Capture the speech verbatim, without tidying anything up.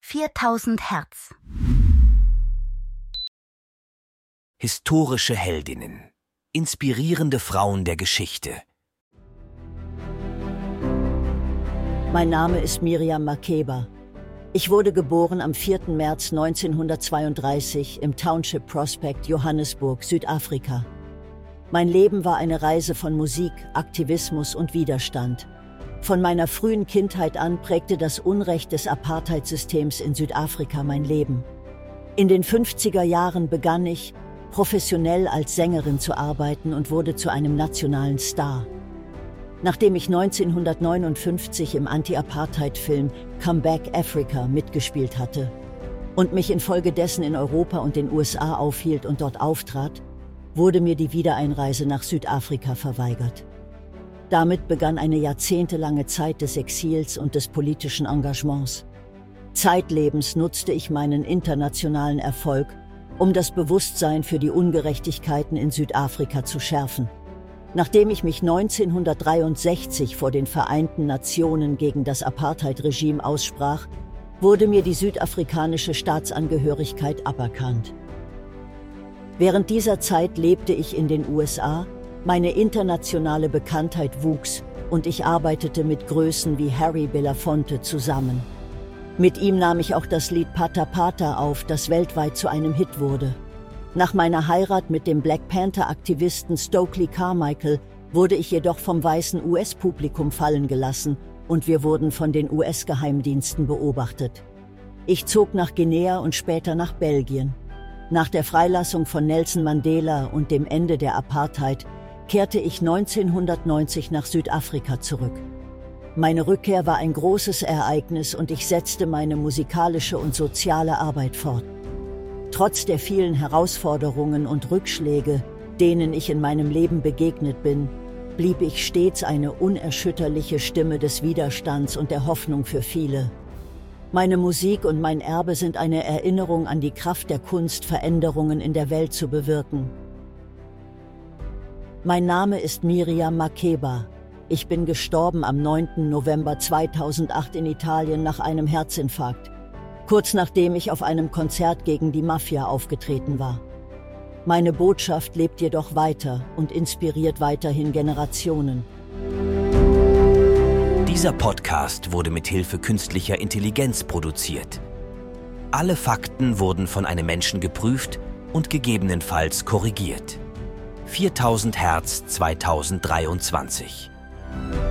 viertausend Hertz. Historische Heldinnen. Inspirierende Frauen der Geschichte. Mein Name ist Miriam Makeba. Ich wurde geboren am vierten März neunzehnhundertzweiunddreißig im Township Prospect, Johannesburg, Südafrika. Mein Leben war eine Reise von Musik, Aktivismus und Widerstand. Von meiner frühen Kindheit an prägte das Unrecht des Apartheidsystems in Südafrika mein Leben. In den fünfziger Jahren begann ich, professionell als Sängerin zu arbeiten und wurde zu einem nationalen Star. Nachdem ich neunzehnhundertneunundfünfzig im Anti-Apartheid-Film Come Back Africa mitgespielt hatte und mich infolgedessen in Europa und den U S A aufhielt und dort auftrat, wurde mir die Wiedereinreise nach Südafrika verweigert. Damit begann eine jahrzehntelange Zeit des Exils und des politischen Engagements. Zeitlebens nutzte ich meinen internationalen Erfolg, um das Bewusstsein für die Ungerechtigkeiten in Südafrika zu schärfen. Nachdem ich mich neunzehnhundertdreiundsechzig vor den Vereinten Nationen gegen das Apartheid-Regime aussprach, wurde mir die südafrikanische Staatsangehörigkeit aberkannt. Während dieser Zeit lebte ich in den U S A, meine internationale Bekanntheit wuchs und ich arbeitete mit Größen wie Harry Belafonte zusammen. Mit ihm nahm ich auch das Lied Pata Pata auf, das weltweit zu einem Hit wurde. Nach meiner Heirat mit dem Black Panther-Aktivisten Stokely Carmichael wurde ich jedoch vom weißen U S-Publikum fallen gelassen und wir wurden von den U S-Geheimdiensten beobachtet. Ich zog nach Guinea und später nach Belgien. Nach der Freilassung von Nelson Mandela und dem Ende der Apartheid kehrte ich neunzehnhundertneunzig nach Südafrika zurück. Meine Rückkehr war ein großes Ereignis und ich setzte meine musikalische und soziale Arbeit fort. Trotz der vielen Herausforderungen und Rückschläge, denen ich in meinem Leben begegnet bin, blieb ich stets eine unerschütterliche Stimme des Widerstands und der Hoffnung für viele. Meine Musik und mein Erbe sind eine Erinnerung an die Kraft der Kunst, Veränderungen in der Welt zu bewirken. Mein Name ist Miriam Makeba. Ich bin gestorben am neunten November zweitausendacht in Italien nach einem Herzinfarkt, kurz nachdem ich auf einem Konzert gegen die Mafia aufgetreten war. Meine Botschaft lebt jedoch weiter und inspiriert weiterhin Generationen. Dieser Podcast wurde mit Hilfe künstlicher Intelligenz produziert. Alle Fakten wurden von einem Menschen geprüft und gegebenenfalls korrigiert. viertausend Hertz zweitausenddreiundzwanzig.